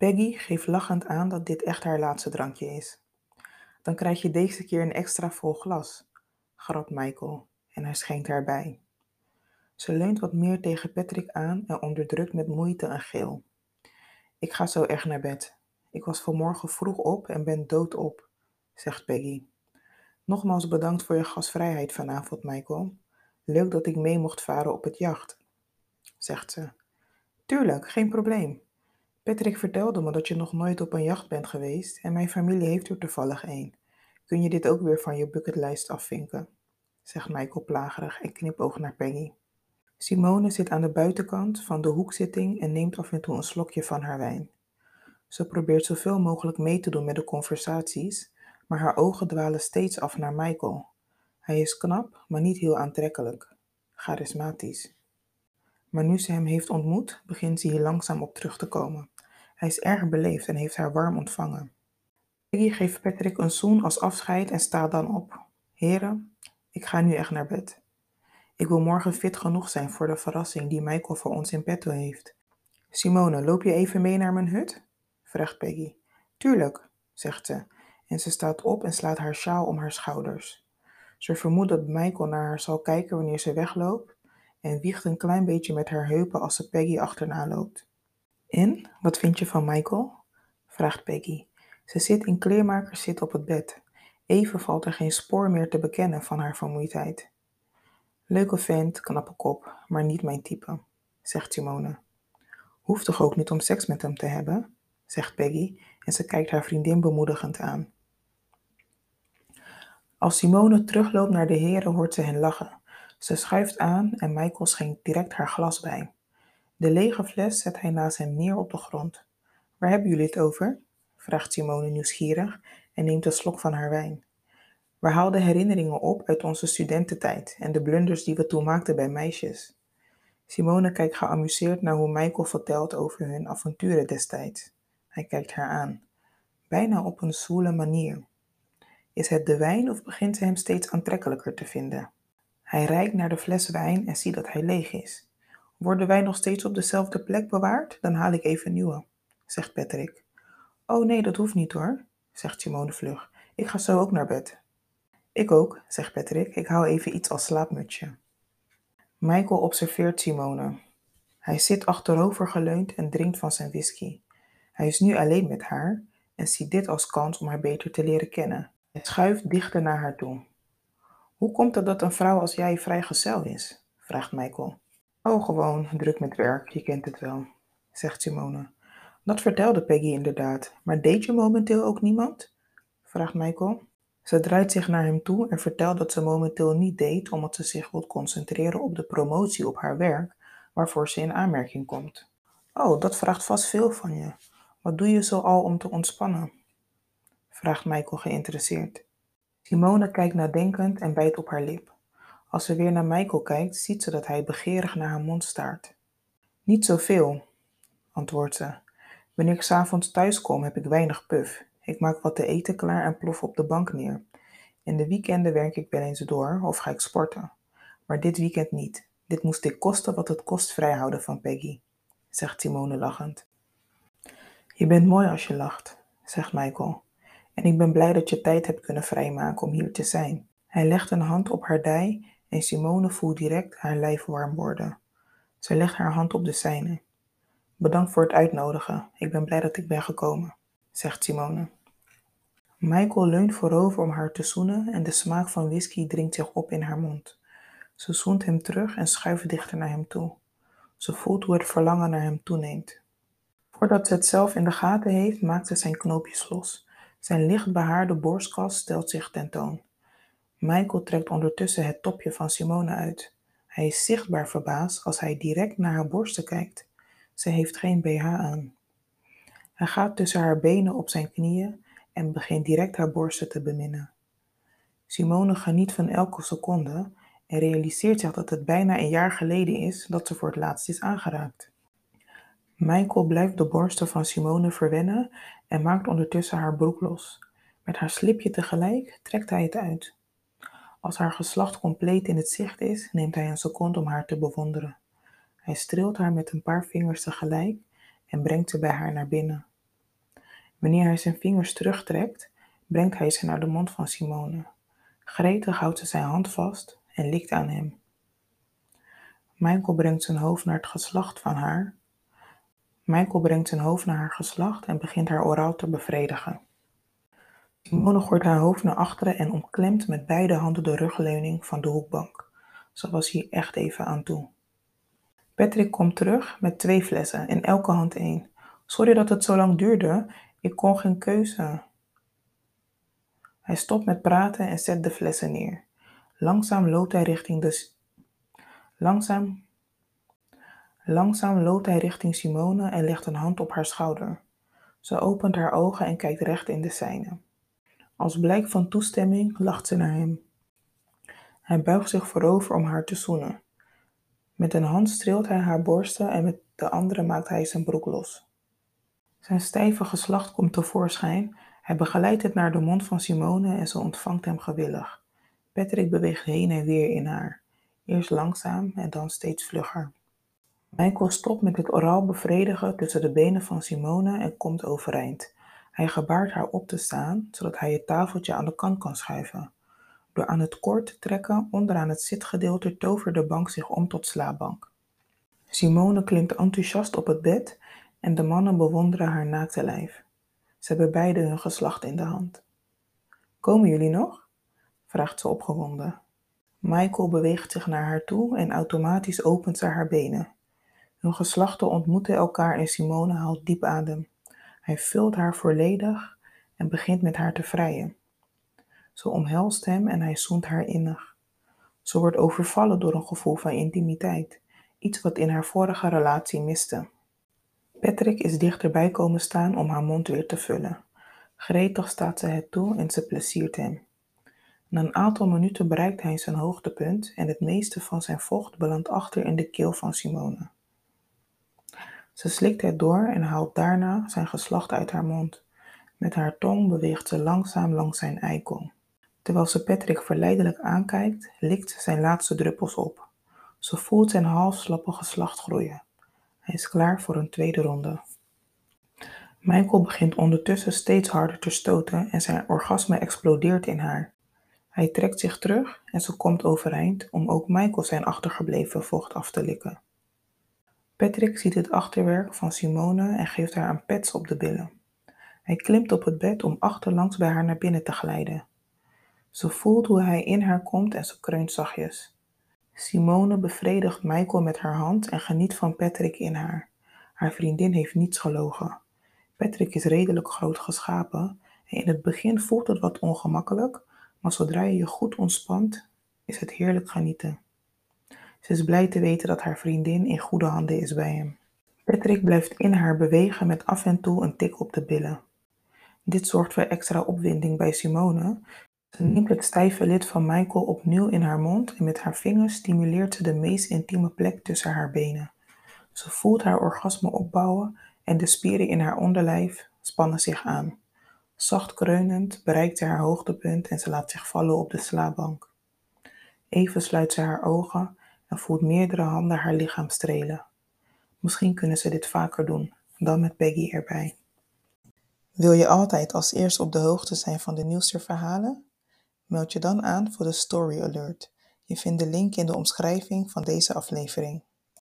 Peggy geeft lachend aan dat dit echt haar laatste drankje is. Dan krijg je deze keer een extra vol glas, grapt Michael en hij schenkt haar bij. Ze leunt wat meer tegen Patrick aan en onderdrukt met moeite een gil. Ik ga zo echt naar bed. Ik was vanmorgen vroeg op en ben doodop, zegt Peggy. Nogmaals bedankt voor je gastvrijheid vanavond, Michael. Leuk dat ik mee mocht varen op het jacht, zegt ze. Tuurlijk, geen probleem. Patrick vertelde me dat je nog nooit op een jacht bent geweest en mijn familie heeft er toevallig een. Kun je dit ook weer van je bucketlijst afvinken? Zegt Michael plagerig en knipoogt naar Peggy. Simone zit aan de buitenkant van de hoekzitting en neemt af en toe een slokje van haar wijn. Ze probeert zoveel mogelijk mee te doen met de conversaties, maar haar ogen dwalen steeds af naar Michael. Hij is knap, maar niet heel aantrekkelijk. Charismatisch. Maar nu ze hem heeft ontmoet, begint ze hier langzaam op terug te komen. Hij is erg beleefd en heeft haar warm ontvangen. Peggy geeft Patrick een zoen als afscheid en staat dan op. Heren, ik ga nu echt naar bed. Ik wil morgen fit genoeg zijn voor de verrassing die Michael voor ons in petto heeft. Simone, loop je even mee naar mijn hut? Vraagt Peggy. Tuurlijk, zegt ze, en ze staat op en slaat haar sjaal om haar schouders. Ze vermoedt dat Michael naar haar zal kijken wanneer ze wegloopt en wiegt een klein beetje met haar heupen als ze Peggy achterna loopt. En, wat vind je van Michael? Vraagt Peggy. Ze zit in kleermakerszit op het bed. Even valt er geen spoor meer te bekennen van haar vermoeidheid. Leuke vent, knappe kop, maar niet mijn type, zegt Simone. Hoeft toch ook niet om seks met hem te hebben, zegt Peggy en ze kijkt haar vriendin bemoedigend aan. Als Simone terugloopt naar de heren hoort ze hen lachen. Ze schuift aan en Michael schenkt direct haar glas bij. De lege fles zet hij naast hem neer op de grond. Waar hebben jullie het over? Vraagt Simone nieuwsgierig en neemt een slok van haar wijn. We haalden herinneringen op uit onze studententijd en de blunders die we toen maakten bij meisjes. Simone kijkt geamuseerd naar hoe Michael vertelt over hun avonturen destijds. Hij kijkt haar aan, bijna op een zwoele manier. Is het de wijn of begint ze hem steeds aantrekkelijker te vinden? Hij reikt naar de fles wijn en ziet dat hij leeg is. Wordt de wijn nog steeds op dezelfde plek bewaard? Dan haal ik even nieuwe, zegt Patrick. Oh nee, dat hoeft niet hoor, zegt Simone vlug. Ik ga zo ook naar bed. Ik ook, zegt Patrick. Ik hou even iets als slaapmutsje. Michael observeert Simone. Hij zit achterovergeleund en drinkt van zijn whisky. Hij is nu alleen met haar en ziet dit als kans om haar beter te leren kennen. Hij schuift dichter naar haar toe. Hoe komt het dat een vrouw als jij vrijgezel is? Vraagt Michael. Oh, gewoon, druk met werk, je kent het wel, zegt Simone. Dat vertelde Peggy inderdaad, maar deed je momenteel ook niemand? Vraagt Michael. Ze draait zich naar hem toe en vertelt dat ze momenteel niet date omdat ze zich wil concentreren op de promotie op haar werk, waarvoor ze in aanmerking komt. Oh, dat vraagt vast veel van je. Wat doe je zo al om te ontspannen? Vraagt Michael geïnteresseerd. Simone kijkt nadenkend en bijt op haar lip. Als ze weer naar Michael kijkt, ziet ze dat hij begeerig naar haar mond staart. Niet zoveel, antwoordt ze. Wanneer ik 's avonds thuis kom, heb ik weinig puf. Ik maak wat te eten klaar en plof op de bank neer. In de weekenden werk ik wel eens door of ga ik sporten. Maar dit weekend niet. Dit moest ik kosten wat het kost vrijhouden van Peggy, zegt Simone lachend. Je bent mooi als je lacht, zegt Michael. En ik ben blij dat je tijd hebt kunnen vrijmaken om hier te zijn. Hij legt een hand op haar dij en Simone voelt direct haar lijf warm worden. Ze legt haar hand op de zijne. Bedankt voor het uitnodigen. Ik ben blij dat ik ben gekomen, zegt Simone. Michael leunt voorover om haar te zoenen en de smaak van whisky dringt zich op in haar mond. Ze zoent hem terug en schuift dichter naar hem toe. Ze voelt hoe het verlangen naar hem toeneemt. Voordat ze het zelf in de gaten heeft, maakt ze zijn knoopjes los. Zijn licht behaarde borstkas stelt zich tentoon. Michael trekt ondertussen het topje van Simone uit. Hij is zichtbaar verbaasd als hij direct naar haar borsten kijkt. Ze heeft geen BH aan. Hij gaat tussen haar benen op zijn knieën en begint direct haar borsten te beminnen. Simone geniet van elke seconde en realiseert zich dat het bijna een jaar geleden is dat ze voor het laatst is aangeraakt. Michael blijft de borsten van Simone verwennen en maakt ondertussen haar broek los. Met haar slipje tegelijk trekt hij het uit. Als haar geslacht compleet in het zicht is, neemt hij een seconde om haar te bewonderen. Hij streelt haar met een paar vingers tegelijk en brengt ze bij haar naar binnen. Wanneer hij zijn vingers terugtrekt, brengt hij ze naar de mond van Simone. Gretig houdt ze zijn hand vast en likt aan hem. Michael brengt zijn hoofd naar haar geslacht en begint haar oraal te bevredigen. Simone gooit haar hoofd naar achteren en omklemt met beide handen de rugleuning van de hoekbank. Ze was hier echt even aan toe. Patrick komt terug met 2 flessen, in elke hand 1. Sorry dat het zo lang duurde, ik kon geen keuze. Hij stopt met praten en zet de flessen neer. Langzaam loopt hij richting Simone en legt een hand op haar schouder. Ze opent haar ogen en kijkt recht in de zijne. Als blijk van toestemming lacht ze naar hem. Hij buigt zich voorover om haar te zoenen. Met een hand streelt hij haar borsten en met de andere maakt hij zijn broek los. Zijn stijve geslacht komt tevoorschijn. Hij begeleidt het naar de mond van Simone en ze ontvangt hem gewillig. Patrick beweegt heen en weer in haar. Eerst langzaam en dan steeds vlugger. Michael stopt met het oraal bevredigen tussen de benen van Simone en komt overeind. Hij gebaart haar op te staan, zodat hij het tafeltje aan de kant kan schuiven. Door aan het koord te trekken onderaan het zitgedeelte tovert de bank zich om tot slaapbank. Simone klimt enthousiast op het bed en de mannen bewonderen haar naakte lijf. Ze hebben beide hun geslacht in de hand. Komen jullie nog? Vraagt ze opgewonden. Michael beweegt zich naar haar toe en automatisch opent ze haar benen. Hun geslachten ontmoeten elkaar en Simone haalt diep adem. Hij vult haar volledig en begint met haar te vrijen. Ze omhelst hem en hij zoent haar innig. Ze wordt overvallen door een gevoel van intimiteit, iets wat in haar vorige relatie miste. Patrick is dichterbij komen staan om haar mond weer te vullen. Gretig staat ze het toe en ze pleziert hem. Na een aantal minuten bereikt hij zijn hoogtepunt en het meeste van zijn vocht belandt achter in de keel van Simone. Ze slikt het door en haalt daarna zijn geslacht uit haar mond. Met haar tong beweegt ze langzaam langs zijn eikel. Terwijl ze Patrick verleidelijk aankijkt, likt ze zijn laatste druppels op. Ze voelt zijn halfslappe geslacht groeien. Hij is klaar voor een tweede ronde. Michael begint ondertussen steeds harder te stoten en zijn orgasme explodeert in haar. Hij trekt zich terug en ze komt overeind om ook Michael zijn achtergebleven vocht af te likken. Patrick ziet het achterwerk van Simone en geeft haar een pets op de billen. Hij klimt op het bed om achterlangs bij haar naar binnen te glijden. Ze voelt hoe hij in haar komt en ze kreunt zachtjes. Simone bevredigt Michael met haar hand en geniet van Patrick in haar. Haar vriendin heeft niets gelogen. Patrick is redelijk groot geschapen en in het begin voelt het wat ongemakkelijk, maar zodra je je goed ontspant, is het heerlijk genieten. Ze is blij te weten dat haar vriendin in goede handen is bij hem. Patrick blijft in haar bewegen met af en toe een tik op de billen. Dit zorgt voor extra opwinding bij Simone. Ze neemt het stijve lid van Michael opnieuw in haar mond en met haar vingers stimuleert ze de meest intieme plek tussen haar benen. Ze voelt haar orgasme opbouwen en de spieren in haar onderlijf spannen zich aan. Zacht kreunend bereikt ze haar hoogtepunt en ze laat zich vallen op de slaapbank. Even sluit ze haar ogen en voelt meerdere handen haar lichaam strelen. Misschien kunnen ze dit vaker doen, dan met Peggy erbij. Wil je altijd als eerste op de hoogte zijn van de nieuwste verhalen? Meld je dan aan voor de Story Alert. Je vindt de link in de omschrijving van deze aflevering.